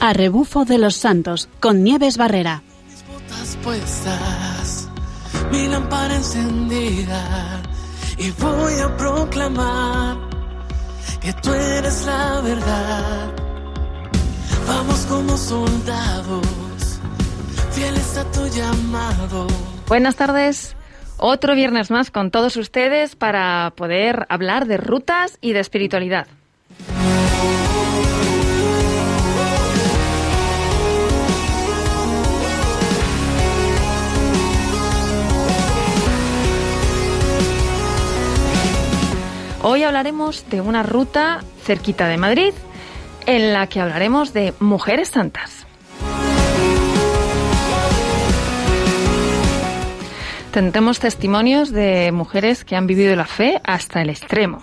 A rebufo de los santos, con Nieves Barrera. Mis botas puestas, mi lámpara encendida, y voy a proclamar que tú eres la verdad. Vamos como soldados, fieles a tu llamado. Buenas tardes. Otro viernes más con todos ustedes para poder hablar de rutas y de espiritualidad. Hoy hablaremos de una ruta cerquita de Madrid, en la que hablaremos de mujeres santas. Tendremos testimonios de mujeres que han vivido la fe hasta el extremo.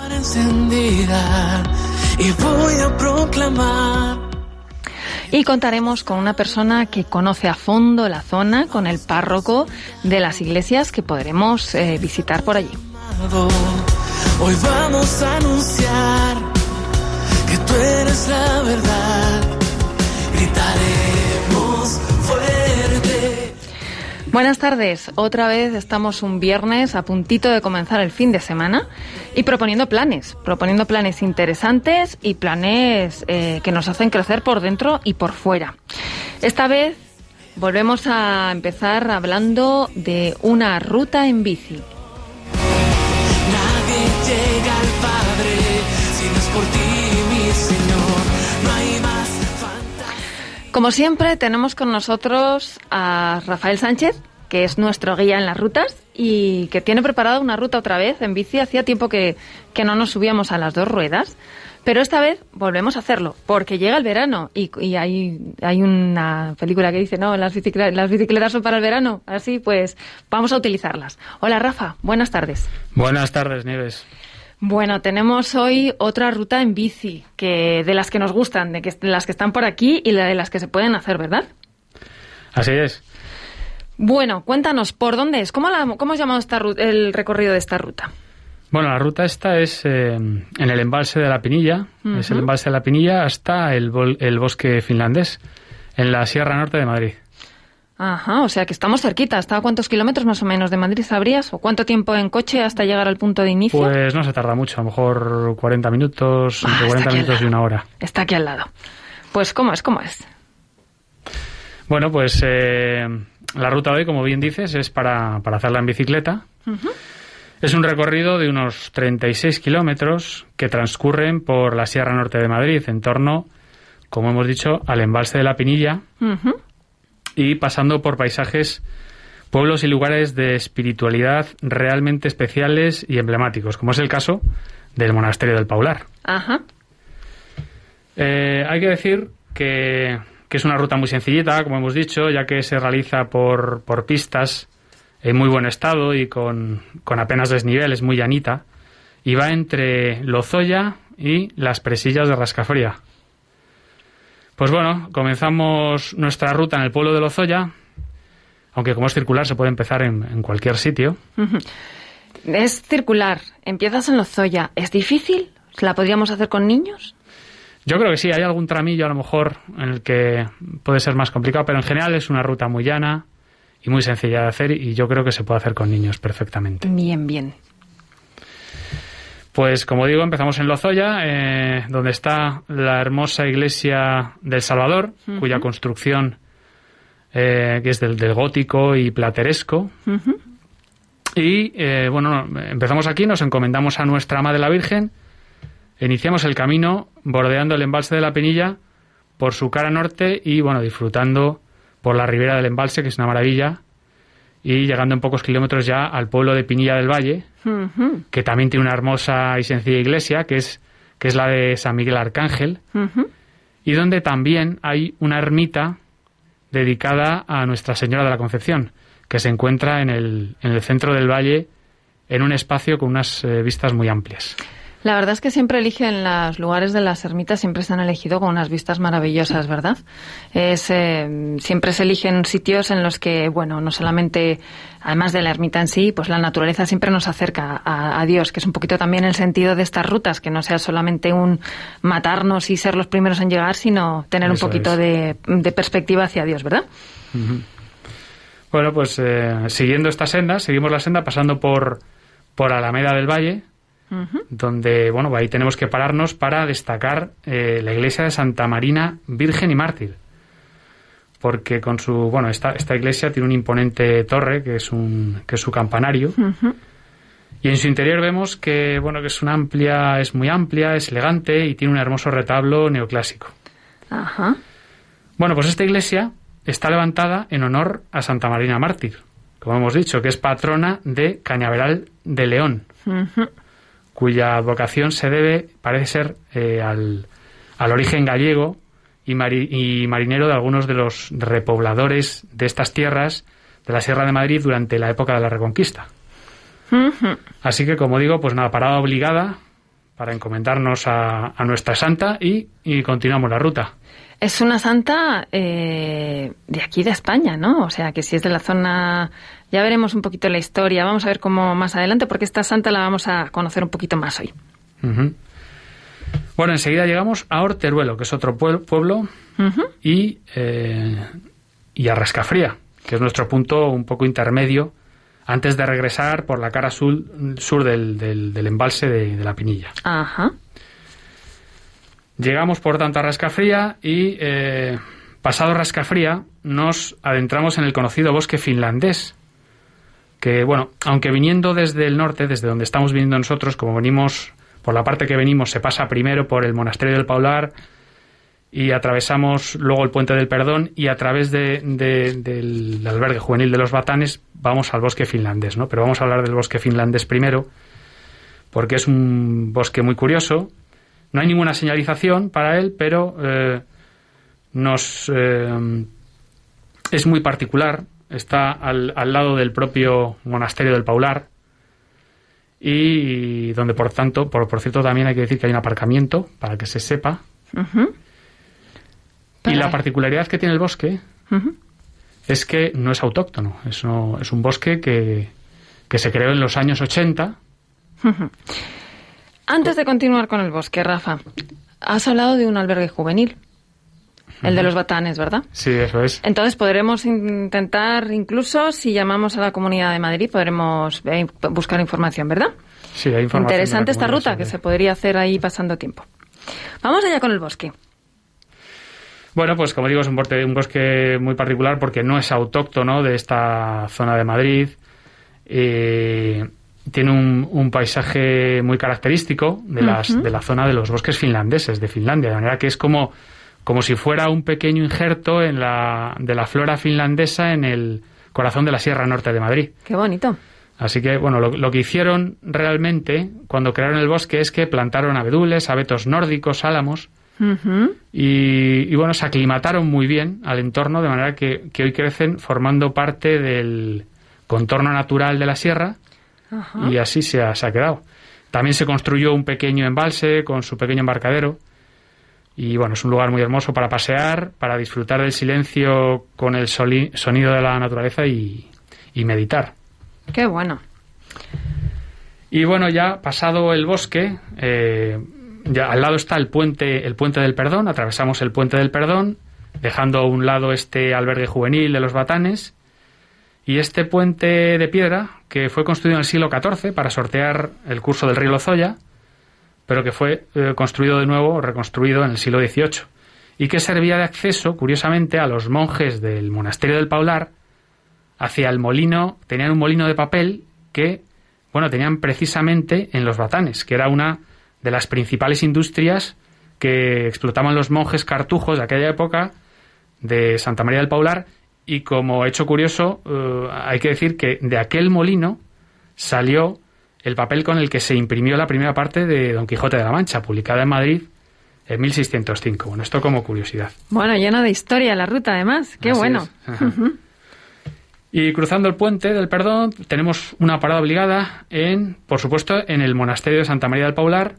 Y contaremos con una persona que conoce a fondo la zona, con el párroco de las iglesias que podremos visitar por allí. Hoy vamos a anunciar que tú eres la verdad. Gritaremos fuerte. Buenas tardes. Otra vez estamos un viernes a puntito de comenzar el fin de semana y proponiendo planes interesantes y planes que nos hacen crecer por dentro y por fuera. Esta vez volvemos a empezar hablando de una ruta en bici. Llega al Padre, si no es por ti, mi Señor, no hay más fantasía. Como siempre, tenemos con nosotros a Rafael Sánchez, que es nuestro guía en las rutas y que tiene preparada una ruta otra vez en bici. Hacía tiempo que no nos subíamos a las dos ruedas, pero esta vez volvemos a hacerlo, porque llega el verano y hay una película que dice, no, las bicicletas son para el verano, así pues vamos a utilizarlas. Hola Rafa, buenas tardes. Buenas tardes, Nieves. Bueno, tenemos hoy otra ruta en bici, que de las que nos gustan, de las que están por aquí y de las que se pueden hacer, ¿verdad? Así es. Bueno, cuéntanos, ¿por dónde es? ¿Cómo has llamado el recorrido de esta ruta? Bueno, la ruta esta es en el embalse de la Pinilla, es el embalse de la Pinilla hasta el bosque finlandés, en la Sierra Norte de Madrid. Ajá, o sea que estamos cerquita. ¿Hasta a cuántos kilómetros más o menos de Madrid sabrías? ¿O cuánto tiempo en coche hasta llegar al punto de inicio? Pues no se tarda mucho, a lo mejor 40 minutos, entre 40 minutos y una hora. Está aquí al lado. Pues, ¿cómo es? Bueno, pues la ruta de hoy, como bien dices, es para hacerla en bicicleta. Uh-huh. Es un recorrido de unos 36 kilómetros que transcurren por la Sierra Norte de Madrid, en torno, como hemos dicho, al embalse de la Pinilla. Uh-huh. Y pasando por paisajes, pueblos y lugares de espiritualidad realmente especiales y emblemáticos, como es el caso del Monasterio del Paular. Ajá. Hay que decir que es una ruta muy sencillita, como hemos dicho, ya que se realiza por pistas en muy buen estado y con apenas desnivel, es muy llanita, y va entre Lozoya y las Presillas de Rascafría. Pues bueno, comenzamos nuestra ruta en el pueblo de Lozoya, aunque como es circular se puede empezar en cualquier sitio. Uh-huh. Es circular, empiezas en Lozoya. ¿Es difícil? ¿La podríamos hacer con niños? Yo creo que sí, hay algún tramillo a lo mejor en el que puede ser más complicado, pero en general es una ruta muy llana y muy sencilla de hacer y yo creo que se puede hacer con niños perfectamente. Bien. Pues como digo, empezamos en Lozoya, donde está la hermosa iglesia del Salvador, uh-huh, cuya construcción que es del gótico y plateresco. Uh-huh. Y bueno, empezamos aquí, nos encomendamos a Nuestra Ama de la Virgen, iniciamos el camino bordeando el embalse de la Pinilla por su cara norte y bueno, disfrutando por la ribera del embalse, que es una maravilla, y llegando en pocos kilómetros ya al pueblo de Pinilla del Valle, uh-huh, que también tiene una hermosa y sencilla iglesia, que es la de San Miguel Arcángel, uh-huh, y donde también hay una ermita dedicada a Nuestra Señora de la Concepción, que se encuentra en el centro del valle, en un espacio con unas vistas muy amplias. La verdad es que siempre eligen los lugares de las ermitas, siempre se han elegido con unas vistas maravillosas, ¿verdad? Siempre se eligen sitios en los que, bueno, no solamente, además de la ermita en sí, pues la naturaleza siempre nos acerca a Dios, que es un poquito también el sentido de estas rutas, que no sea solamente un matarnos y ser los primeros en llegar, sino tener Eso un poquito de perspectiva hacia Dios, ¿verdad? Uh-huh. Bueno, pues siguiendo esta senda, seguimos la senda pasando por Alameda del Valle, uh-huh, donde, bueno, ahí tenemos que pararnos para destacar la iglesia de Santa Marina, Virgen y Mártir. Porque con su, bueno, esta iglesia tiene una imponente torre, que es su campanario. Uh-huh. Y en su interior vemos que, bueno, que es muy amplia, es elegante y tiene un hermoso retablo neoclásico. Ajá. Bueno, pues esta iglesia está levantada en honor a Santa Marina Mártir, como hemos dicho, que es patrona de Cañaveral de León, uh-huh, cuya advocación se debe, parece ser, al origen gallego y marinero de algunos de los repobladores de estas tierras de la Sierra de Madrid durante la época de la Reconquista. Uh-huh. Así que, como digo, pues nada, parada obligada para encomendarnos a nuestra santa y continuamos la ruta. Es una santa de aquí de España, ¿no? O sea, que si es de la zona... Ya veremos un poquito la historia, vamos a ver cómo más adelante, porque esta santa la vamos a conocer un poquito más hoy. Uh-huh. Bueno, enseguida llegamos a Orteruelo, que es otro pueblo, uh-huh, y a Rascafría, que es nuestro punto un poco intermedio, antes de regresar por la cara sur del embalse de la Pinilla. Ajá. Llegamos, por tanto, a Rascafría y, pasado Rascafría, nos adentramos en el conocido bosque finlandés, que, bueno, aunque viniendo desde el norte, desde donde estamos viniendo nosotros, como venimos, por la parte que venimos, se pasa primero por el Monasterio del Paular y atravesamos luego el Puente del Perdón y a través del albergue juvenil de los Batanes vamos al bosque finlandés, ¿no? Pero vamos a hablar del bosque finlandés primero, porque es un bosque muy curioso. No hay ninguna señalización para él, pero es muy particular. Está al lado del propio Monasterio del Paular y donde, por tanto, por cierto, también hay que decir que hay un aparcamiento para que se sepa. Uh-huh. Y la particularidad que tiene el bosque, uh-huh, es que no es autóctono. Es un bosque que se creó en los años 80. Uh-huh. Antes de continuar con el bosque, Rafa, has hablado de un albergue juvenil, el de los Batanes, ¿verdad? Sí, eso es. Entonces podremos intentar, incluso si llamamos a la Comunidad de Madrid, podremos buscar información, ¿verdad? Sí, hay información. Interesante esta ruta que se podría hacer ahí pasando tiempo. Vamos allá con el bosque. Bueno, pues como digo, es un bosque muy particular porque no es autóctono de esta zona de Madrid. Tiene un paisaje muy característico de la zona de los bosques finlandeses, de Finlandia, de manera que es como si fuera un pequeño injerto de la flora finlandesa en el corazón de la Sierra Norte de Madrid. ¡Qué bonito! Así que, bueno, lo que hicieron realmente cuando crearon el bosque es que plantaron abedules, abetos nórdicos, álamos, uh-huh, y bueno, se aclimataron muy bien al entorno, de manera que hoy crecen formando parte del contorno natural de la sierra. Uh-huh. Y así se ha quedado. También se construyó un pequeño embalse con su pequeño embarcadero. Y bueno, es un lugar muy hermoso para pasear, para disfrutar del silencio con el sonido de la naturaleza y meditar. ¡Qué bueno! Y bueno, ya pasado el bosque, ya al lado está el puente del Perdón. Atravesamos el Puente del Perdón, dejando a un lado este albergue juvenil de los Batanes. Y este puente de piedra, que fue construido en el siglo XIV para sortear el curso del río Lozoya, pero que fue reconstruido en el siglo XVIII, y que servía de acceso, curiosamente, a los monjes del Monasterio del Paular hacia el molino. Tenían un molino de papel que, bueno, tenían precisamente en los Batanes, que era una de las principales industrias que explotaban los monjes cartujos de aquella época de Santa María del Paular. Y como hecho curioso, hay que decir que de aquel molino salió el papel con el que se imprimió la primera parte de Don Quijote de la Mancha, publicada en Madrid en 1605. Bueno, esto como curiosidad. Bueno, llena de historia la ruta, además. ¡Qué Así bueno! Uh-huh. Y cruzando el Puente del Perdón, tenemos una parada obligada por supuesto, en el Monasterio de Santa María del Paular,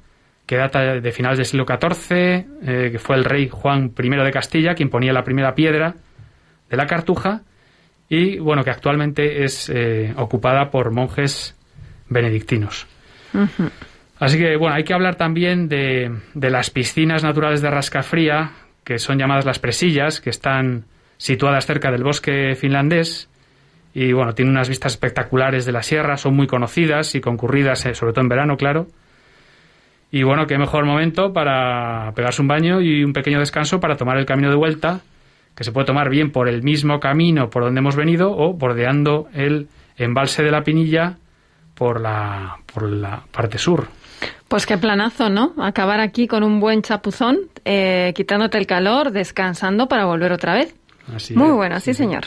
que data de finales del siglo XIV, que fue el rey Juan I de Castilla quien ponía la primera piedra de la Cartuja, y bueno, que actualmente es ocupada por monjes benedictinos. Uh-huh. Así que bueno, hay que hablar también de las piscinas naturales de Rascafría, que son llamadas las Presillas, que están situadas cerca del bosque finlandés, y bueno, tienen unas vistas espectaculares de la sierra, son muy conocidas y concurridas, sobre todo en verano, claro. Y bueno, qué mejor momento para pegarse un baño y un pequeño descanso para tomar el camino de vuelta, que se puede tomar bien por el mismo camino por donde hemos venido o bordeando el embalse de la Pinilla por la parte sur. Pues qué planazo, ¿no? Acabar aquí con un buen chapuzón, quitándote el calor, descansando para volver otra vez. Así muy es, bueno, sí, señor.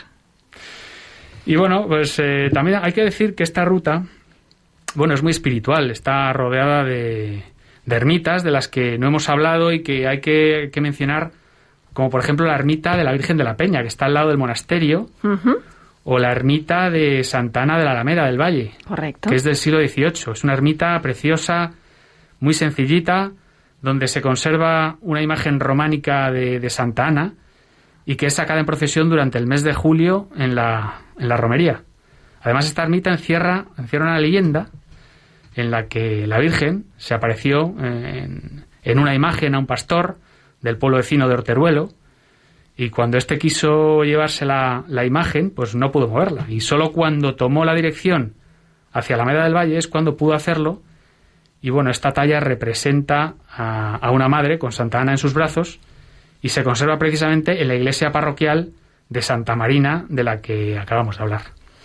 Y bueno, pues también hay que decir que esta ruta, bueno, es muy espiritual, está rodeada de ermitas de las que no hemos hablado y que hay que mencionar, como por ejemplo la ermita de la Virgen de la Peña, que está al lado del monasterio, uh-huh. o la ermita de Santa Ana de la Alameda del Valle, correcto, que es del siglo XVIII. Es una ermita preciosa, muy sencillita, donde se conserva una imagen románica de Santa Ana y que es sacada en procesión durante el mes de julio en la romería. Además, esta ermita encierra una leyenda en la que la Virgen se apareció en una imagen a un pastor del pueblo vecino de Orteruelo, y cuando éste quiso llevarse la imagen, pues no pudo moverla, y solo cuando tomó la dirección hacia la Alameda del Valle es cuando pudo hacerlo. Y bueno, esta talla representa a una madre con Santa Ana en sus brazos y se conserva precisamente en la iglesia parroquial de Santa Marina, de la que acabamos de hablar.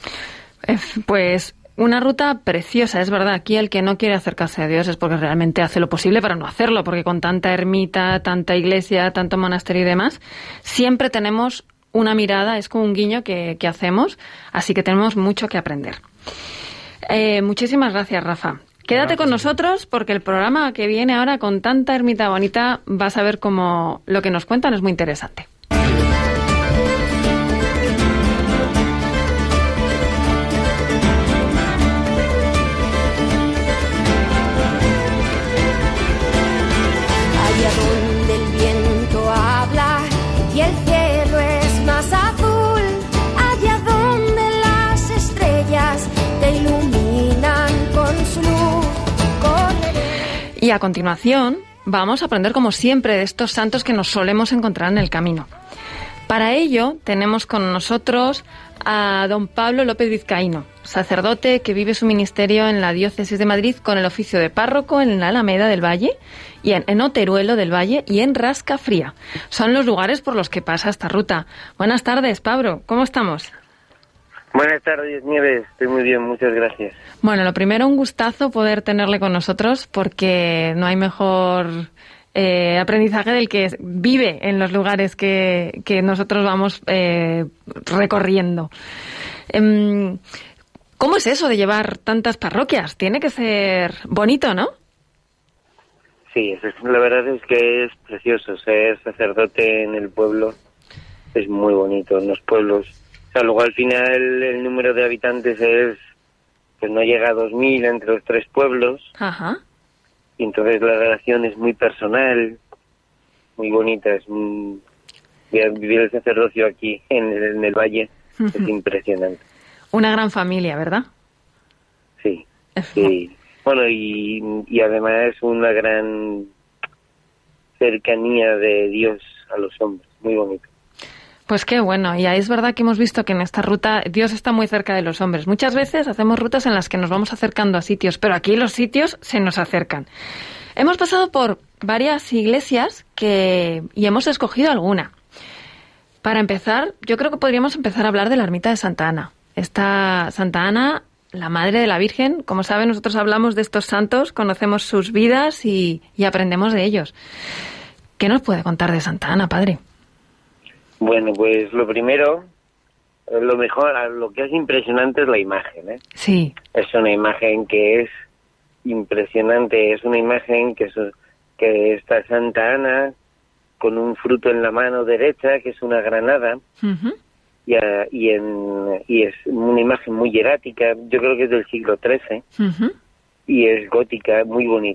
Pues una ruta preciosa, es verdad. Aquí el que no quiere acercarse a Dios es porque realmente hace lo posible para no hacerlo, porque con tanta ermita, tanta iglesia, tanto monasterio y demás, siempre tenemos una mirada, es como un guiño que hacemos, así que tenemos mucho que aprender. Muchísimas gracias, Rafa. Quédate con nosotros porque el programa que viene ahora con tanta ermita bonita vas a ver cómo lo que nos cuentan es muy interesante. Allá donde el viento habla y el cielo es más azul, allá donde las estrellas te iluminan con su luz. Y a continuación vamos a aprender como siempre de estos santos que nos solemos encontrar en el camino. Para ello tenemos con nosotros a don Pablo López Vizcaíno, sacerdote que vive su ministerio en la diócesis de Madrid con el oficio de párroco en la Alameda del Valle y en Oteruelo del Valle y en Rascafría. Son los lugares por los que pasa esta ruta. Buenas tardes, Pablo, ¿cómo estamos? Buenas tardes, Nieves. Estoy muy bien, muchas gracias. Bueno, lo primero, un gustazo poder tenerle con nosotros porque no hay mejor aprendizaje del que vive en los lugares que nosotros vamos recorriendo. ¿Cómo es eso de llevar tantas parroquias? Tiene que ser bonito, ¿no? Sí, la verdad es que es precioso. Ser sacerdote en el pueblo es muy bonito, en los pueblos. O sea, luego al final el número de habitantes pues no llega a 2.000 entre los tres pueblos. Ajá. Y entonces la relación es muy personal, muy bonita. Vivir el sacerdocio aquí en el valle es impresionante. Una gran familia, ¿verdad? Sí, sí. Bueno, y además una gran cercanía de Dios a los hombres, muy bonito. Pues qué bueno, y es verdad que hemos visto que en esta ruta Dios está muy cerca de los hombres. Muchas veces hacemos rutas en las que nos vamos acercando a sitios, pero aquí los sitios se nos acercan. Hemos pasado por varias iglesias y hemos escogido alguna. Para empezar, yo creo que podríamos empezar a hablar de la ermita de Santa Ana. Esta Santa Ana, la Madre de la Virgen, como saben, nosotros hablamos de estos santos, conocemos sus vidas y aprendemos de ellos. ¿Qué nos puede contar de Santa Ana, padre? Bueno, pues lo primero, lo mejor, lo que es impresionante es la imagen, ¿eh? Sí. Es una imagen que es impresionante, es una imagen que está Santa Ana con un fruto en la mano derecha, que es una granada, uh-huh. y es una imagen muy hierática, yo creo que es del siglo XIII, uh-huh. y es gótica, muy bonita,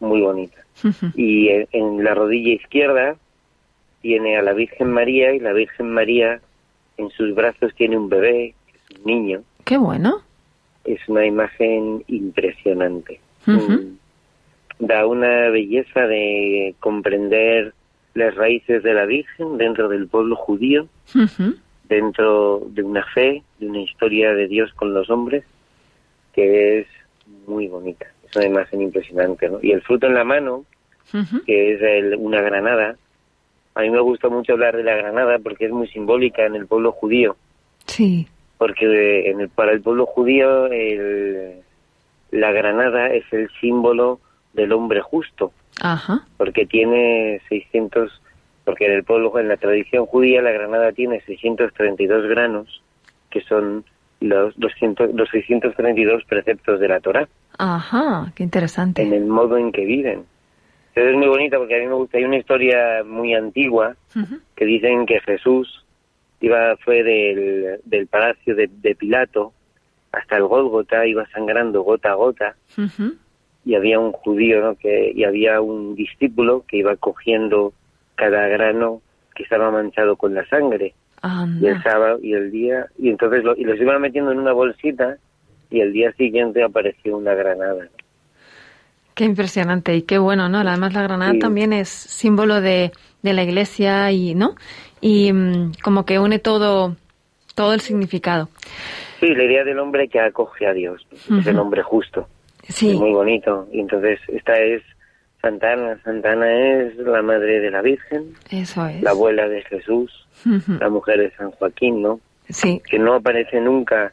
muy bonita. Y en la rodilla izquierda tiene a la Virgen María, y la Virgen María en sus brazos tiene un bebé, que es un niño. Qué bueno. Es una imagen impresionante. Da una belleza de comprender las raíces de la Virgen dentro del pueblo judío, dentro de una fe, de una historia de Dios con los hombres, que es muy bonita. Es una imagen impresionante, ¿no? Y el fruto en la mano, que es una granada. A mí me gusta mucho hablar de la granada porque es muy simbólica en el pueblo judío. Sí. Porque para el pueblo judío la granada es el símbolo del hombre justo. Ajá. Porque tiene 600, porque en el pueblo, en la tradición judía, la granada tiene 632 granos, que son los 632 preceptos de la Torá. Ajá, qué interesante. En el modo en que viven. Entonces es muy bonita porque a mí me gusta. Hay una historia muy antigua que dicen que Jesús fue del palacio de Pilato hasta el Gólgota, iba sangrando gota a gota, y había un judío, ¿no? Y había un discípulo que iba cogiendo cada grano que estaba manchado con la sangre. Y el sábado y el día, y entonces los iban metiendo en una bolsita, y el día siguiente apareció una granada. Qué impresionante y qué bueno, ¿no? Además la granada también es símbolo de la Iglesia, y ¿no? Y como que une todo el significado. Sí, la idea del hombre que acoge a Dios, es el hombre justo. Sí. Es muy bonito. Y entonces esta es Santa Ana. Santa Ana es la madre de la Virgen. Eso es. La abuela de Jesús, la mujer de San Joaquín, ¿no? Sí. Que no aparece nunca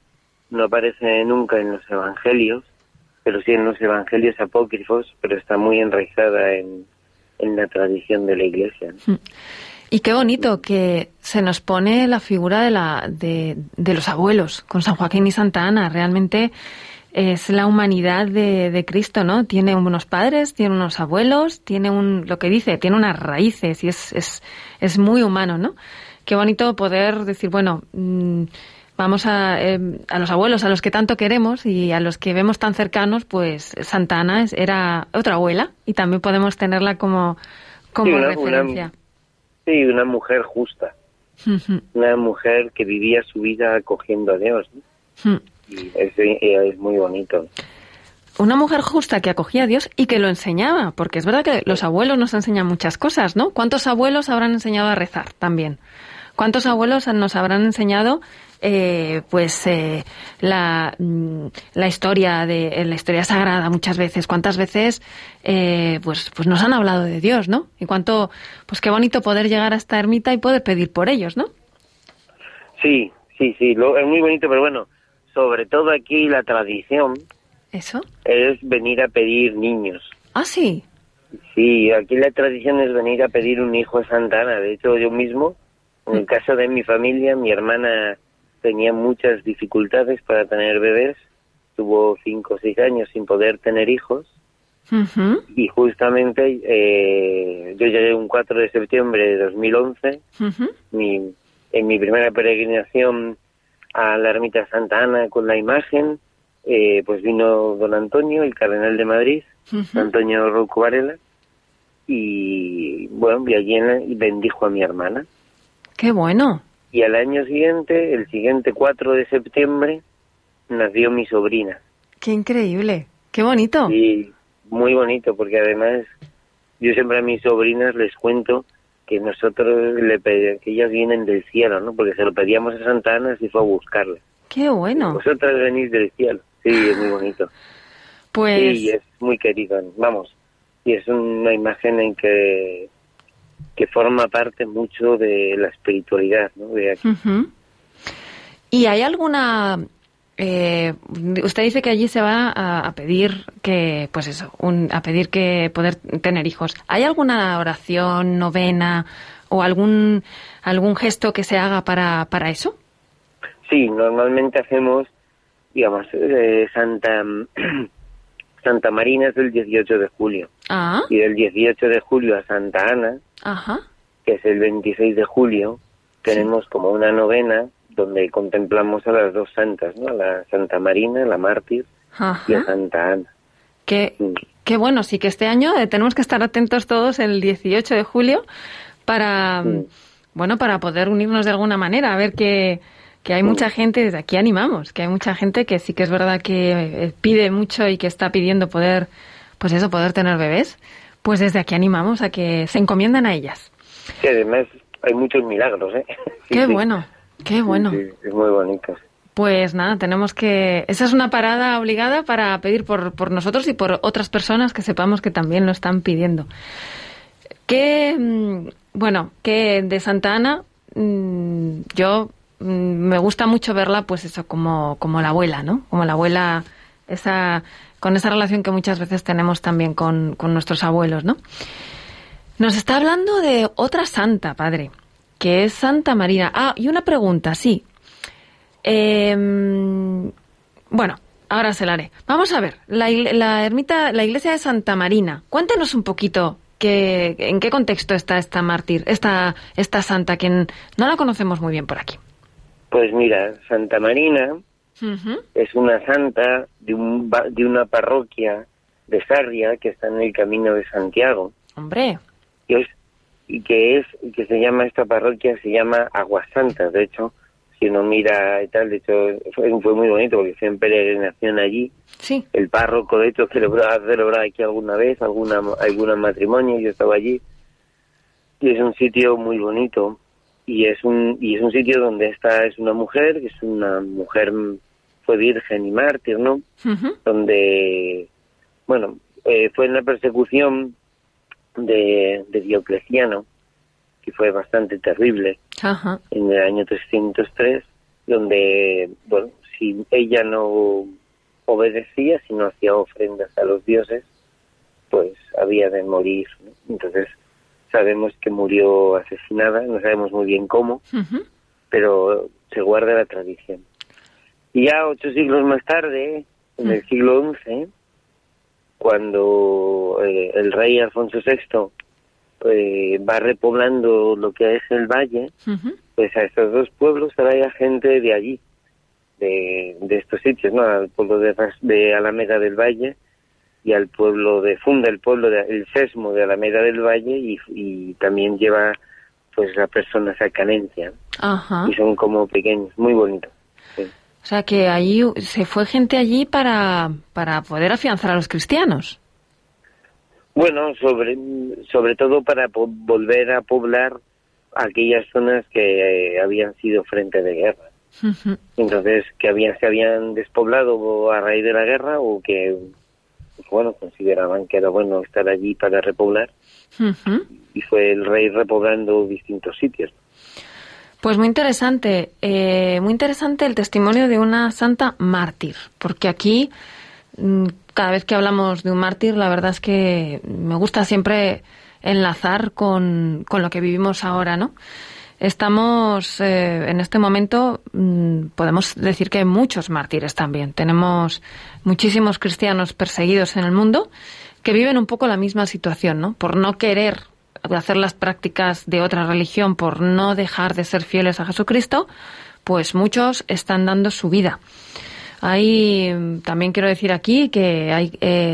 en los evangelios, pero sí en los evangelios apócrifos, pero está muy enraizada en la tradición de la Iglesia, ¿no? Y qué bonito que se nos pone la figura de los abuelos con San Joaquín y Santa Ana. Realmente es la humanidad de Cristo, ¿no? Tiene unos padres, tiene unos abuelos, tiene lo que dice, tiene unas raíces, y es muy humano, ¿no? Qué bonito poder decir, bueno, vamos a los abuelos, a los que tanto queremos y a los que vemos tan cercanos, pues Santa Ana era otra abuela, y también podemos tenerla como referencia. Una mujer justa, una mujer que vivía su vida acogiendo a Dios, ¿no? Y es muy bonito. Una mujer justa que acogía a Dios y que lo enseñaba, porque es verdad que los abuelos nos enseñan muchas cosas, ¿no? ¿Cuántos abuelos habrán enseñado a rezar también? ¿Cuántos abuelos nos habrán enseñado la historia la historia sagrada muchas veces? ¿Cuántas veces pues nos han hablado de Dios, ¿no? Y cuánto, pues qué bonito poder llegar a esta ermita y poder pedir por ellos, ¿no? Sí, es muy bonito, pero bueno, sobre todo aquí la tradición ¿eso? Es venir a pedir niños. ¿Ah, sí? Sí, aquí la tradición es venir a pedir un hijo a Santa Ana. De hecho, yo mismo, en el caso de mi familia, mi hermana tenía muchas dificultades para tener bebés. Tuvo 5 o 6 años sin poder tener hijos. Y justamente yo llegué un 4 de septiembre de 2011, en mi primera peregrinación a la ermita Santa Ana con la imagen, pues vino don Antonio, el cardenal de Madrid, Antonio Rouco Varela, y bueno, vi allí y bendijo a mi hermana. ¡Qué bueno! Y al año siguiente, el siguiente 4 de septiembre, nació mi sobrina. ¡Qué increíble! ¡Qué bonito! Y muy bonito, porque además yo siempre a mis sobrinas les cuento que nosotros que ellas vienen del cielo, ¿no? Porque se lo pedíamos a Santa Ana, y fue a buscarla. ¡Qué bueno! Vosotras venís del cielo. Sí, es muy bonito. Pues... Sí, es muy querido, vamos. Y es una imagen en que forma parte mucho de la espiritualidad, ¿no? De aquí. ¿Y hay alguna... usted dice que allí se va a pedir que, pues eso, a pedir que poder tener hijos. ¿Hay alguna oración, novena o algún gesto que se haga para eso? Sí, normalmente hacemos, digamos, Santa Marina es el 18 de julio. Y del 18 de julio a Santa Ana, que es el 26 de julio, tenemos como una novena donde contemplamos a las dos santas, ¿no? A la Santa Marina, la mártir, y a Santa Ana. Qué Qué bueno, sí que este año tenemos que estar atentos todos el 18 de julio para, bueno, para poder unirnos de alguna manera, a ver que hay mucha gente, desde aquí animamos, que hay mucha gente que sí que es verdad que pide mucho y que está pidiendo poder, pues eso, poder tener bebés, pues desde aquí animamos a que se encomienden a ellas. Sí, además hay muchos milagros, ¿eh? Qué bueno, qué bueno. Sí, es muy bonito. Pues nada, tenemos que... Esa es una parada obligada para pedir por nosotros y por otras personas que sepamos que también lo están pidiendo. Bueno, que de Santa Ana, yo me gusta mucho verla, pues eso, como la abuela, ¿no? Como la abuela, con esa relación que muchas veces tenemos también con nuestros abuelos, ¿no? Nos está hablando de otra santa, padre, que es Santa Marina. Ah, y una pregunta, sí. Bueno, ahora se la haré. Vamos a ver, la iglesia de Santa Marina. Cuéntanos un poquito en qué contexto está esta mártir, esta santa, que no la conocemos muy bien por aquí. Pues mira, Santa Marina es una santa de una parroquia de Sarria que está en el Camino de Santiago. Hombre. Y que se llama, esta parroquia se llama Aguas Santas, de hecho. Si uno mira y tal, de hecho fue muy bonito porque fue en peregrinación allí. Sí. El párroco, de hecho, ha celebrado aquí alguna vez, algún matrimonio, yo estaba allí. Y es un sitio muy bonito. Y es un sitio donde es una mujer, que es una mujer, fue virgen y mártir, ¿no? Donde, bueno, fue en la persecución de Diocleciano, que fue bastante terrible. Ajá. En el año 303, donde, bueno, si ella no obedecía, si no hacía ofrendas a los dioses, pues había de morir, ¿no? Entonces sabemos que murió asesinada, no sabemos muy bien cómo, pero se guarda la tradición. Y ya 8 siglos más tarde, en el siglo XI, cuando el rey Alfonso VI va repoblando lo que es el valle, pues a estos dos pueblos trae a gente de allí, de estos sitios, ¿no? Al pueblo de Alameda del Valle y al pueblo funda el Sesmo de Alameda del Valle y también lleva pues la persona sacanencia. Ajá. Y son como pequeños, muy bonitos. Sí. O sea que allí se fue gente allí para poder afianzar a los cristianos. Bueno, sobre todo para volver a poblar aquellas zonas que habían sido frente de guerra. Entonces, que se habían despoblado a raíz de la guerra o que, bueno, consideraban que era bueno estar allí para repoblar. Y fue el rey repoblando distintos sitios. Pues muy interesante el testimonio de una santa mártir, porque aquí cada vez que hablamos de un mártir, la verdad es que me gusta siempre enlazar con lo que vivimos ahora, ¿no? Estamos en este momento, podemos decir que hay muchos mártires también. Tenemos muchísimos cristianos perseguidos en el mundo que viven un poco la misma situación, ¿no? Por no querer hacer las prácticas de otra religión, por no dejar de ser fieles a Jesucristo, pues muchos están dando su vida. También quiero decir aquí que hay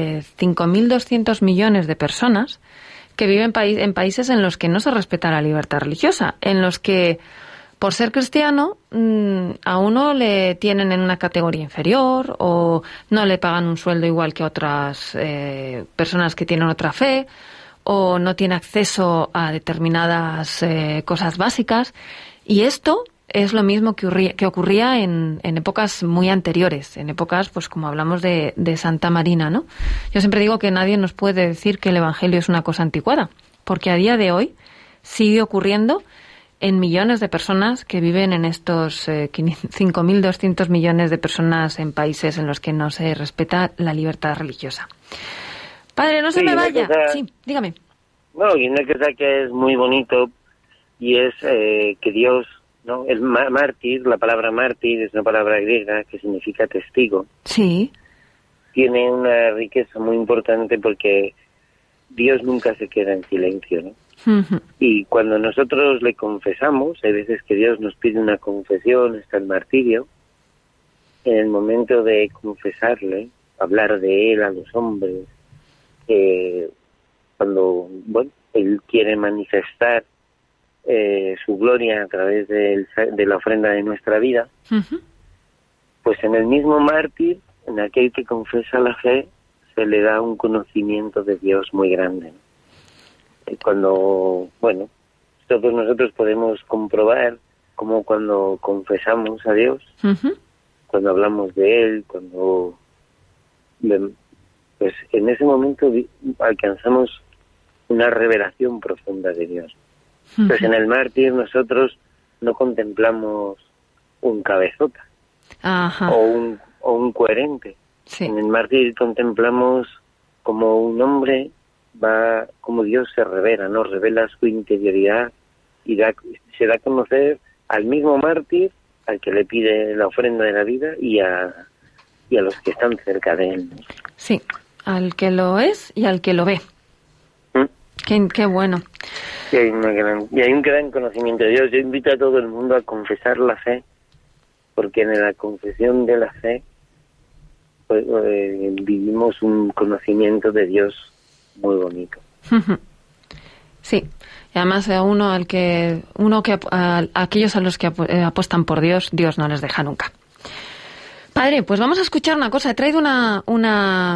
5.200 millones de personas que viven en países en los que no se respeta la libertad religiosa, en los que, por ser cristiano, a uno le tienen en una categoría inferior o no le pagan un sueldo igual que otras personas que tienen otra fe, o no tiene acceso a determinadas cosas básicas. Y esto es lo mismo que ocurría en épocas muy anteriores, en épocas, pues como hablamos de Santa Marina, ¿no? Yo siempre digo que nadie nos puede decir que el Evangelio es una cosa anticuada, porque a día de hoy sigue ocurriendo en millones de personas que viven en estos 5.200 millones de personas en países en los que no se respeta la libertad religiosa. Padre, no se me vaya. Sí, dígame. No, y una cosa que es muy bonito y es que Dios, ¿no? El mártir, la palabra mártir es una palabra griega que significa testigo. Sí. Tiene una riqueza muy importante porque Dios nunca se queda en silencio, ¿no? Y cuando nosotros le confesamos, hay veces que Dios nos pide una confesión, está el martirio, en el momento de confesarle, hablar de Él a los hombres, cuando Él quiere manifestar su gloria a través de la ofrenda de nuestra vida, pues en el mismo mártir, en aquel que confesa la fe, se le da un conocimiento de Dios muy grande, ¿no? Cuando, todos nosotros podemos comprobar como cuando confesamos a Dios, cuando hablamos de Él, pues en ese momento alcanzamos una revelación profunda de Dios. Pues en el mártir nosotros no contemplamos un cabezota o un coherente. Sí. En el mártir contemplamos como un hombre como Dios se revela, ¿no? Revela su interioridad y se da a conocer al mismo mártir, al que le pide la ofrenda de la vida y a los que están cerca de él, ¿no? Sí, al que lo es y al que lo ve. Qué bueno. Y hay un gran conocimiento de Dios. Yo invito a todo el mundo a confesar la fe, porque en la confesión de la fe vivimos un conocimiento de Dios muy bonito. Sí, y además aquellos a los que apuestan por Dios, Dios no les deja nunca. Padre, pues vamos a escuchar una cosa. He traído una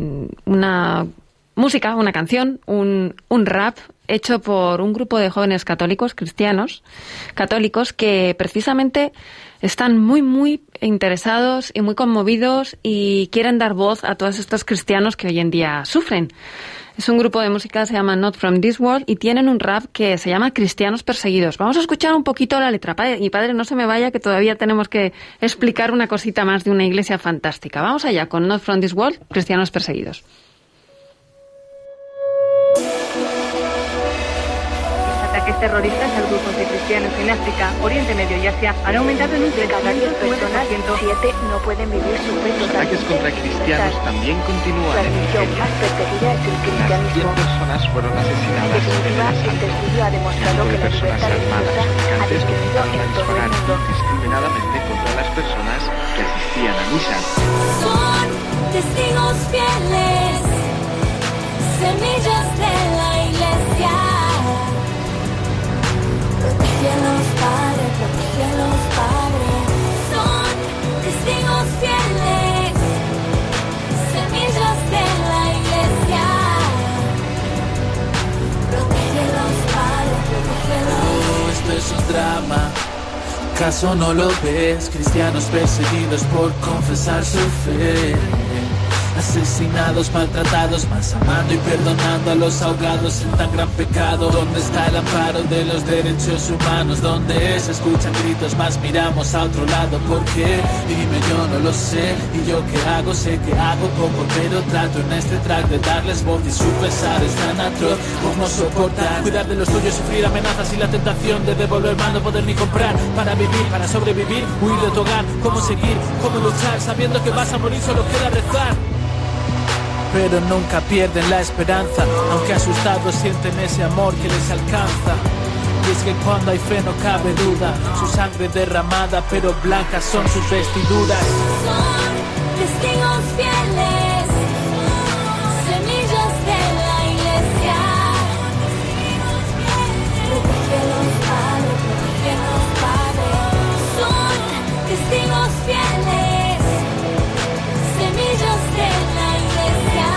música, una canción, un rap hecho por un grupo de jóvenes católicos, cristianos, católicos, que precisamente están muy, muy interesados y muy conmovidos y quieren dar voz a todos estos cristianos que hoy en día sufren. Es un grupo de música, se llama Not From This World, y tienen un rap que se llama Cristianos Perseguidos. Vamos a escuchar un poquito la letra. Y padre, no se me vaya, que todavía tenemos que explicar una cosita más de una iglesia fantástica. Vamos allá con Not From This World, Cristianos Perseguidos. Ataques terroristas a grupos de cristianos en África, Oriente Medio y Asia han aumentado en un 300%. No pueden vivir su fe Los ataques contra cristianos también continúan en Nigeria. más perseguida es el cristianismo. 100 personas fueron asesinadas en el asalto. Este estudio ha demostrado que la personas libertad armadas religiosa ha traficantes disminuido comenzaron a en todo el disparar mundo. indiscriminadamente contra las personas que asistían a misa. Son testigos fieles, semillas de la iglesia. Protégelos, Padre, protégelos, Padre. Son testigos fieles, semillas de la iglesia. Protégelos, Padre, protégelos. Esto es un drama, ¿acaso no lo ves? Cristianos perseguidos por confesar su fe, asesinados, maltratados, más amando y perdonando a los ahogados en tan gran pecado. ¿Dónde está el amparo de los derechos humanos? ¿Dónde se escuchan gritos, más miramos a otro lado? ¿Por qué? Dime, yo no lo sé. ¿Y yo qué hago? Sé que hago poco, pero trato en este track de darles voz, y su pesar es tan atroz como soportar. Cuidar de los tuyos, sufrir amenazas y la tentación de devolver mal, no poder ni comprar. Para vivir, para sobrevivir, huir de tu hogar. ¿Cómo seguir? ¿Cómo luchar? Sabiendo que vas a morir, solo queda rezar. Pero nunca pierden la esperanza, aunque asustados sienten ese amor que les alcanza. Y es que cuando hay fe no cabe duda, su sangre derramada pero blancas son sus vestiduras. Son testigos fieles, semillas de la iglesia. Protégelos, Padre, protégelos, Padre. Son testigos fieles, semillas de la iglesia.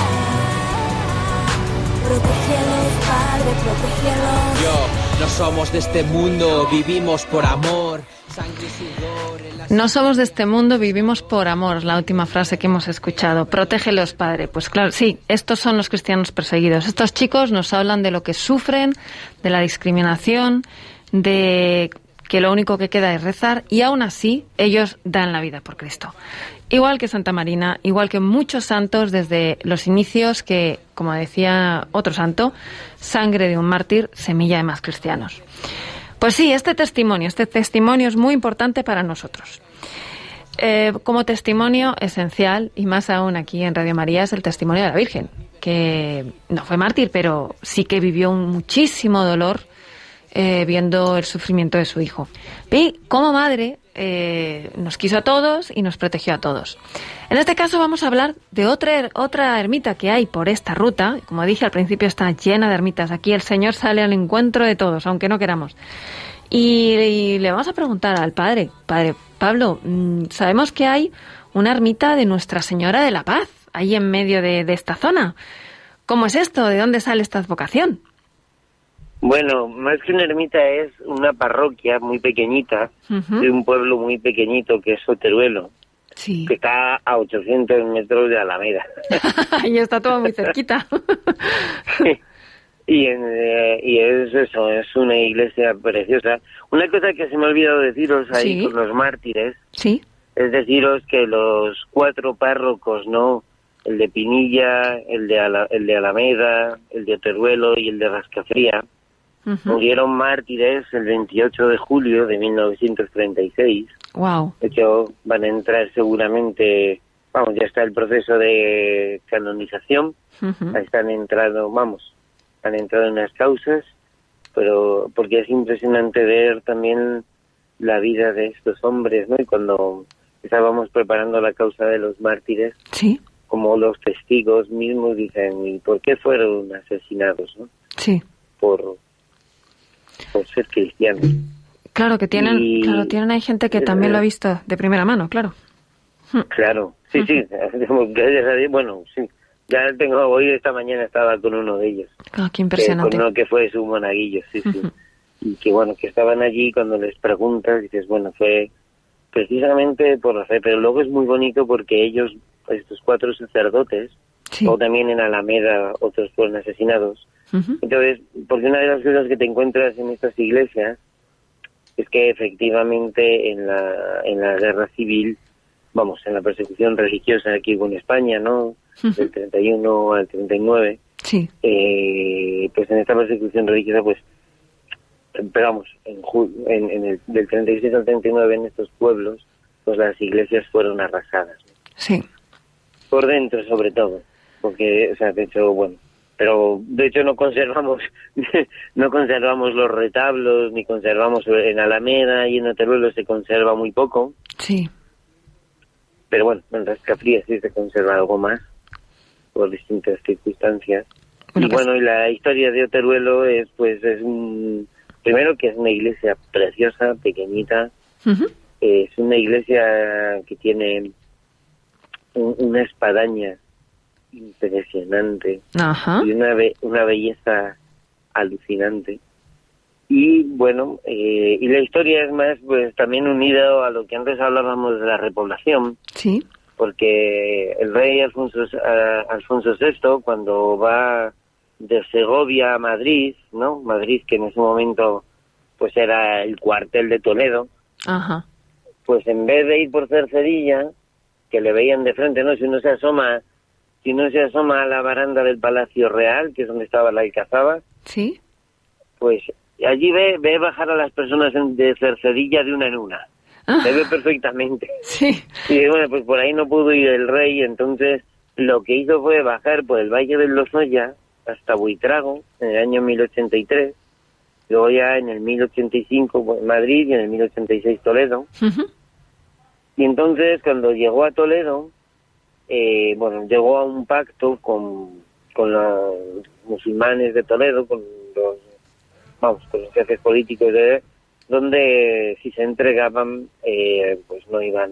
Protégelos, Padre, protégelos. No somos de este mundo, vivimos por amor. Sangre y sudor en las... No somos de este mundo, vivimos por amor, es la última frase que hemos escuchado. Protégelos, Padre. Pues claro, sí, estos son los cristianos perseguidos. Estos chicos nos hablan de lo que sufren, de la discriminación, de que lo único que queda es rezar, y aún así ellos dan la vida por Cristo. Igual que Santa Marina, igual que muchos santos desde los inicios que, como decía otro santo, sangre de un mártir, semilla de más cristianos. Pues sí, este testimonio es muy importante para nosotros. Como testimonio esencial, y más aún aquí en Radio María, es el testimonio de la Virgen, que no fue mártir, pero sí que vivió muchísimo dolor viendo el sufrimiento de su hijo. Y como madre nos quiso a todos y nos protegió a todos. En este caso vamos a hablar de otra ermita que hay por esta ruta. Como dije al principio, está llena de ermitas. Aquí el Señor sale al encuentro de todos, aunque no queramos. Y le vamos a preguntar al Padre Pablo, sabemos que hay una ermita de Nuestra Señora de la Paz, ahí en medio de esta zona. ¿Cómo es esto? ¿De dónde sale esta advocación? Bueno, más que una ermita es una parroquia muy pequeñita, de un pueblo muy pequeñito que es Oteruelo, que está a 800 metros de Alameda. Y está todo muy cerquita. Y es eso, es una iglesia preciosa. Una cosa que se me ha olvidado deciros ahí con los mártires, es deciros que los 4 párrocos, ¿no? El de Pinilla, el de Alameda, el de Oteruelo y el de Rascafría, murieron mártires el 28 de julio de 1936. Wow. De hecho, van a entrar seguramente, ya está el proceso de canonización, han entrado en unas causas, pero porque es impresionante ver también la vida de estos hombres, ¿no? Y cuando estábamos preparando la causa de los mártires, como los testigos mismos dicen, ¿y por qué fueron asesinados, no? Sí. Por ser cristianos. Claro, que tienen hay gente que también lo ha visto de primera mano, claro. Claro, sí, gracias a Dios, bueno, sí. Ya hoy esta mañana estaba con uno de ellos. Ah, qué impresionante. Con uno que fue su monaguillo, sí. Y que que estaban allí, cuando les preguntas, dices, fue precisamente por la fe, pero luego es muy bonito porque ellos, estos 4 sacerdotes, o también en Alameda otros fueron asesinados. Entonces, porque una de las cosas que te encuentras en estas iglesias es que efectivamente en la guerra civil, en la persecución religiosa aquí en España, ¿no? Del 31 al 39, pues en esta persecución religiosa, pero del 36 al 39 en estos pueblos, pues las iglesias fueron arrasadas, ¿no? Sí. Por dentro, sobre todo, porque, de hecho, pero de hecho no conservamos los retablos, ni conservamos en Alameda y en Oteruelo se conserva muy poco. Sí. Pero en Rascafría sí se conserva algo más, por distintas circunstancias. Y la historia de Oteruelo es primero que es una iglesia preciosa, pequeñita. Es una iglesia que tiene una espadaña impresionante y una belleza alucinante. Y y la historia es más también unida a lo que antes hablábamos de la repoblación. Sí. Porque el rey Alfonso VI, cuando va de Segovia a Madrid, ¿no? Madrid, que en ese momento era el cuartel de Toledo, pues en vez de ir por Cercedilla, que le veían de frente, ¿no? Si uno se asoma a la baranda del Palacio Real, que es donde estaba la Alcazaba, pues allí ve bajar a las personas de Cercedilla de una en una. Se ve perfectamente. Sí. Y pues por ahí no pudo ir el rey, entonces lo que hizo fue bajar por el Valle del Lozoya hasta Buitrago en el año 1083, luego ya en el 1085 Madrid y en el 1086 Toledo. Y entonces cuando llegó a Toledo, llegó a un pacto con los musulmanes de Toledo, con los jefes políticos donde si se entregaban no iban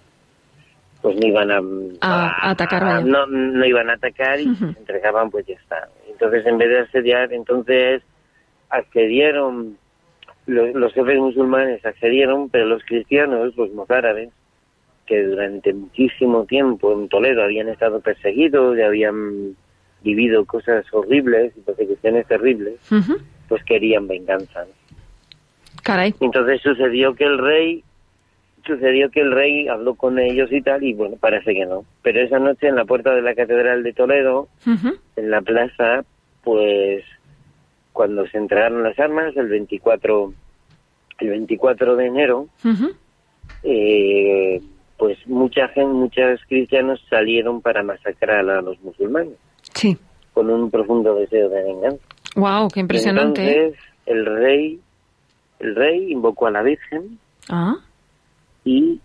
a atacar, no iban a atacar, y si se entregaban pues ya está. Entonces en vez de asediar, accedieron los jefes musulmanes, pero los cristianos, los mozárabes, que durante muchísimo tiempo en Toledo habían estado perseguidos y habían vivido cosas horribles y persecuciones terribles, pues querían venganza, ¿no? Caray. Entonces sucedió que el rey habló con ellos y tal, y parece que no. Pero esa noche en la puerta de la Catedral de Toledo, en la plaza, pues cuando se entregaron las armas, el 24 de enero, pues muchos cristianos salieron para masacrar a los musulmanes. Sí. Con un profundo deseo de venganza. Wow, qué impresionante. Entonces, el rey el rey invocó a la Virgen y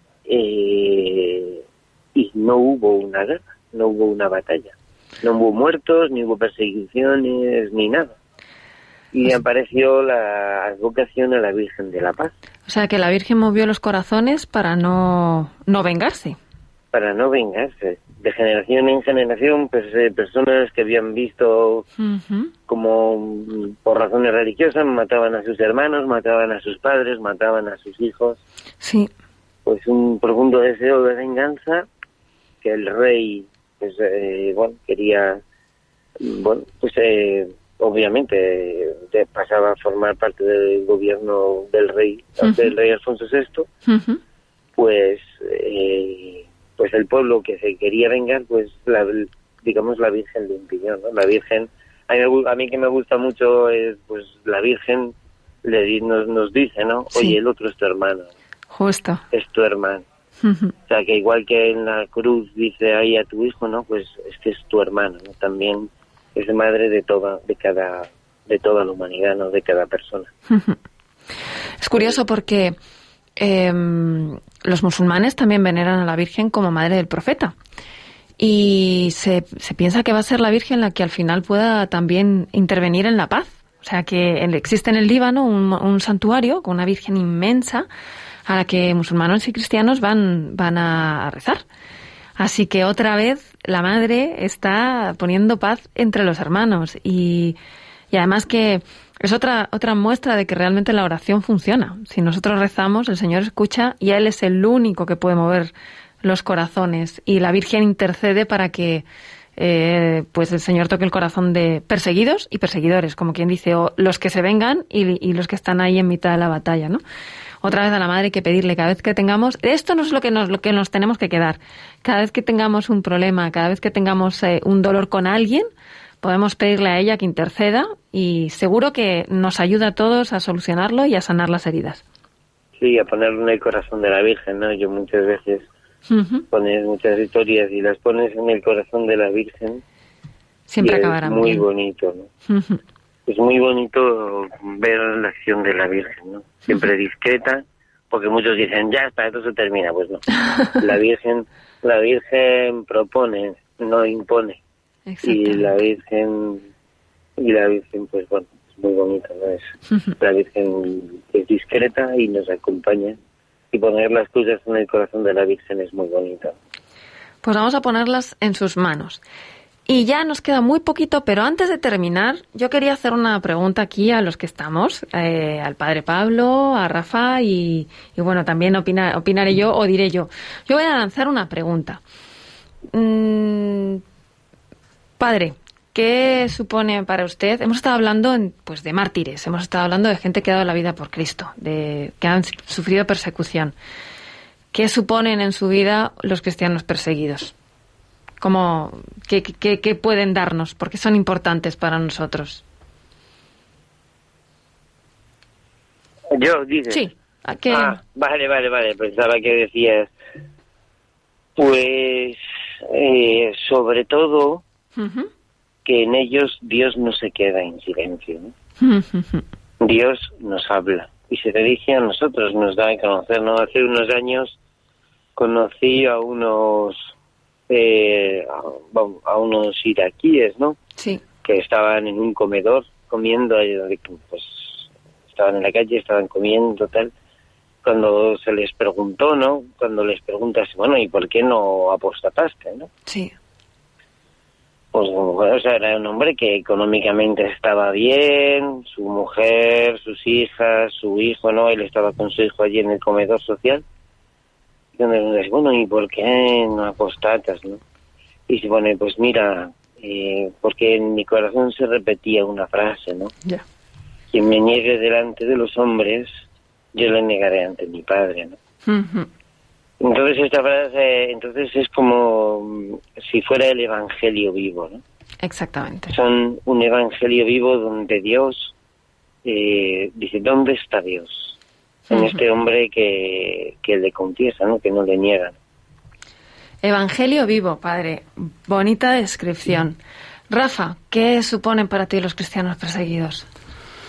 no hubo una guerra, no hubo una batalla. No hubo muertos, ni hubo persecuciones, ni nada. Y apareció la advocación a la Virgen de la Paz. O sea, que la Virgen movió los corazones para no vengarse. Para no vengarse. De generación en generación, pues personas que habían visto como por razones religiosas mataban a sus hermanos, mataban a sus padres, mataban a sus hijos. Sí. Pues un profundo deseo de venganza que el rey, pues quería, obviamente pasaba a formar parte del gobierno del rey Alfonso VI, pues el pueblo que se quería vengar, pues la Virgen lo impidió, ¿no? La Virgen, a mí que me gusta mucho, pues la Virgen nos dice, ¿no? Sí. Oye, el otro es tu hermano. Justo. Es tu hermano. O sea, que igual que en la cruz dice ahí a tu hijo, ¿no? Pues este es tu hermano, ¿no? También es madre de toda la humanidad, ¿no? De cada persona. Es curioso porque los musulmanes también veneran a la Virgen como madre del profeta. Y se piensa que va a ser la Virgen la que al final pueda también intervenir en la paz. O sea, que existe en el Líbano un santuario con una Virgen inmensa a la que musulmanes y cristianos van a rezar. Así que otra vez la Madre está poniendo paz entre los hermanos y además que es otra muestra de que realmente la oración funciona. Si nosotros rezamos, el Señor escucha y Él es el único que puede mover los corazones y la Virgen intercede para que pues el Señor toque el corazón de perseguidos y perseguidores, como quien dice, o los que se vengan y los que están ahí en mitad de la batalla, ¿no? Otra vez a la Madre hay que pedirle cada vez que tengamos... Esto no es lo que nos tenemos que quedar. Cada vez que tengamos un problema, cada vez que tengamos un dolor con alguien, podemos pedirle a ella que interceda y seguro que nos ayuda a todos a solucionarlo y a sanar las heridas. Sí, a ponerlo en el corazón de la Virgen, ¿no? Yo muchas veces pones muchas historias y las pones en el corazón de la Virgen. Siempre acabará muy bien. Bonito, ¿no? Es muy bonito ver la acción de la Virgen, ¿no? Siempre discreta, porque muchos dicen, ya está, esto se termina. Pues no. La Virgen propone, no impone. Y la Virgen, pues bueno, es muy bonita, ¿no? La Virgen es discreta y nos acompaña. Y poner las cosas en el corazón de la Virgen es muy bonito. Pues vamos a ponerlas en sus manos. Y ya nos queda muy poquito, pero antes de terminar, yo quería hacer una pregunta aquí a los que estamos, al Padre Pablo, a Rafa y bueno, también opinaré yo o diré yo. Yo voy a lanzar una pregunta. Padre, ¿qué supone para usted? Hemos estado hablando de mártires, hemos estado hablando de gente que ha dado la vida por Cristo, que han sufrido persecución. ¿Qué suponen en su vida los cristianos perseguidos? ¿Qué pueden darnos? Porque son importantes para nosotros. ¿Yo, dices? Sí. Vale. Pensaba que decías... Pues, sobre todo, que en ellos Dios no se queda en silencio, ¿no? Dios nos habla y se dirige a nosotros, nos da a conocer, ¿no? Hace unos años conocí a unos iraquíes, ¿no? Sí. Que estaban en un comedor comiendo, pues estaban en la calle, estaban comiendo, tal. Cuando se les preguntó, ¿no? Cuando les preguntas, bueno, ¿y por qué no apostataste, no? Sí. Pues, o sea, era un hombre que económicamente estaba bien, su mujer, sus hijas, su hijo, ¿no? Él estaba con su hijo allí en el comedor social. Entonces, bueno, ¿y por qué no apostatas, no? Y se pone, pues mira, porque en mi corazón se repetía una frase, ¿no? Ya. Quien me niegue delante de los hombres, yo le negaré ante mi Padre, ¿no? Entonces esta frase, es como si fuera el Evangelio vivo, ¿no? Exactamente. Son un Evangelio vivo donde Dios dice, ¿dónde está Dios? En este hombre que le confiesa, ¿no? Que no le niega. Evangelio vivo, Padre. Bonita descripción. Rafa, ¿qué suponen para ti los cristianos perseguidos?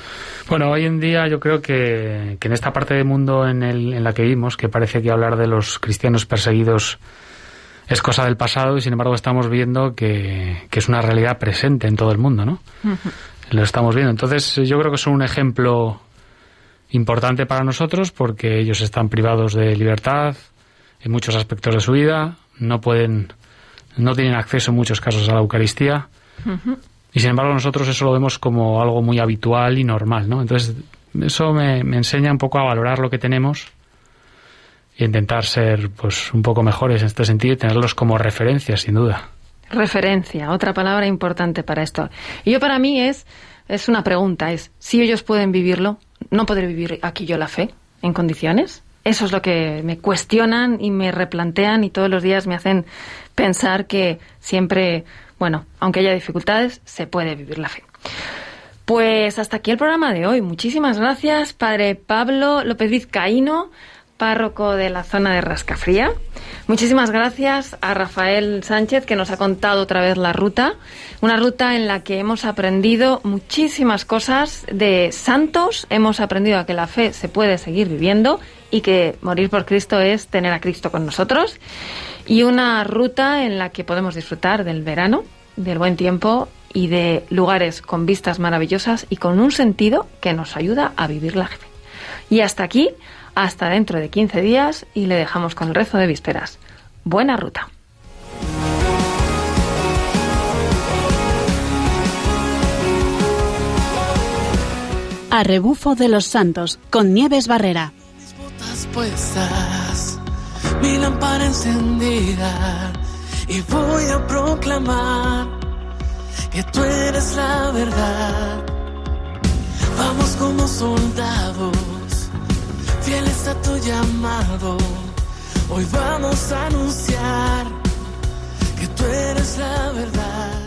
Bueno, hoy en día yo creo que en esta parte del mundo en la que vivimos, que parece que hablar de los cristianos perseguidos es cosa del pasado, y sin embargo estamos viendo que es una realidad presente en todo el mundo, ¿no? Uh-huh. Lo estamos viendo. Entonces yo creo que son un ejemplo importante para nosotros, porque ellos están privados de libertad en muchos aspectos de su vida, no tienen acceso en muchos casos a la Eucaristía. Uh-huh. Y sin embargo nosotros eso lo vemos como algo muy habitual y normal, ¿no? Entonces eso me enseña un poco a valorar lo que tenemos y intentar ser pues un poco mejores en este sentido y tenerlos como referencia, sin duda. Referencia, otra palabra importante para esto. Y para mí es una pregunta, es si ellos pueden vivirlo, ¿no podré vivir aquí yo la fe en condiciones? Eso es lo que me cuestionan y me replantean, y todos los días me hacen pensar que siempre, bueno, aunque haya dificultades, se puede vivir la fe. Pues hasta aquí el programa de hoy. Muchísimas gracias, Padre Pablo López Vizcaíno, párroco de la zona de Rascafría. Muchísimas gracias a Rafael Sánchez, que nos ha contado otra vez la ruta, una ruta en la que hemos aprendido muchísimas cosas de santos, hemos aprendido a que la fe se puede seguir viviendo y que morir por Cristo es tener a Cristo con nosotros, y una ruta en la que podemos disfrutar del verano, del buen tiempo y de lugares con vistas maravillosas y con un sentido que nos ayuda a vivir la fe. Y hasta aquí, hasta dentro de 15 días, y le dejamos con el rezo de vísperas. Buena ruta. A rebufo de los santos, con Nieves Barrera. Mis botas puestas, mi lámpara encendida, y voy a proclamar que tú eres la verdad. Vamos como soldados, fieles a tu llamado. Hoy vamos a anunciar que tú eres la verdad.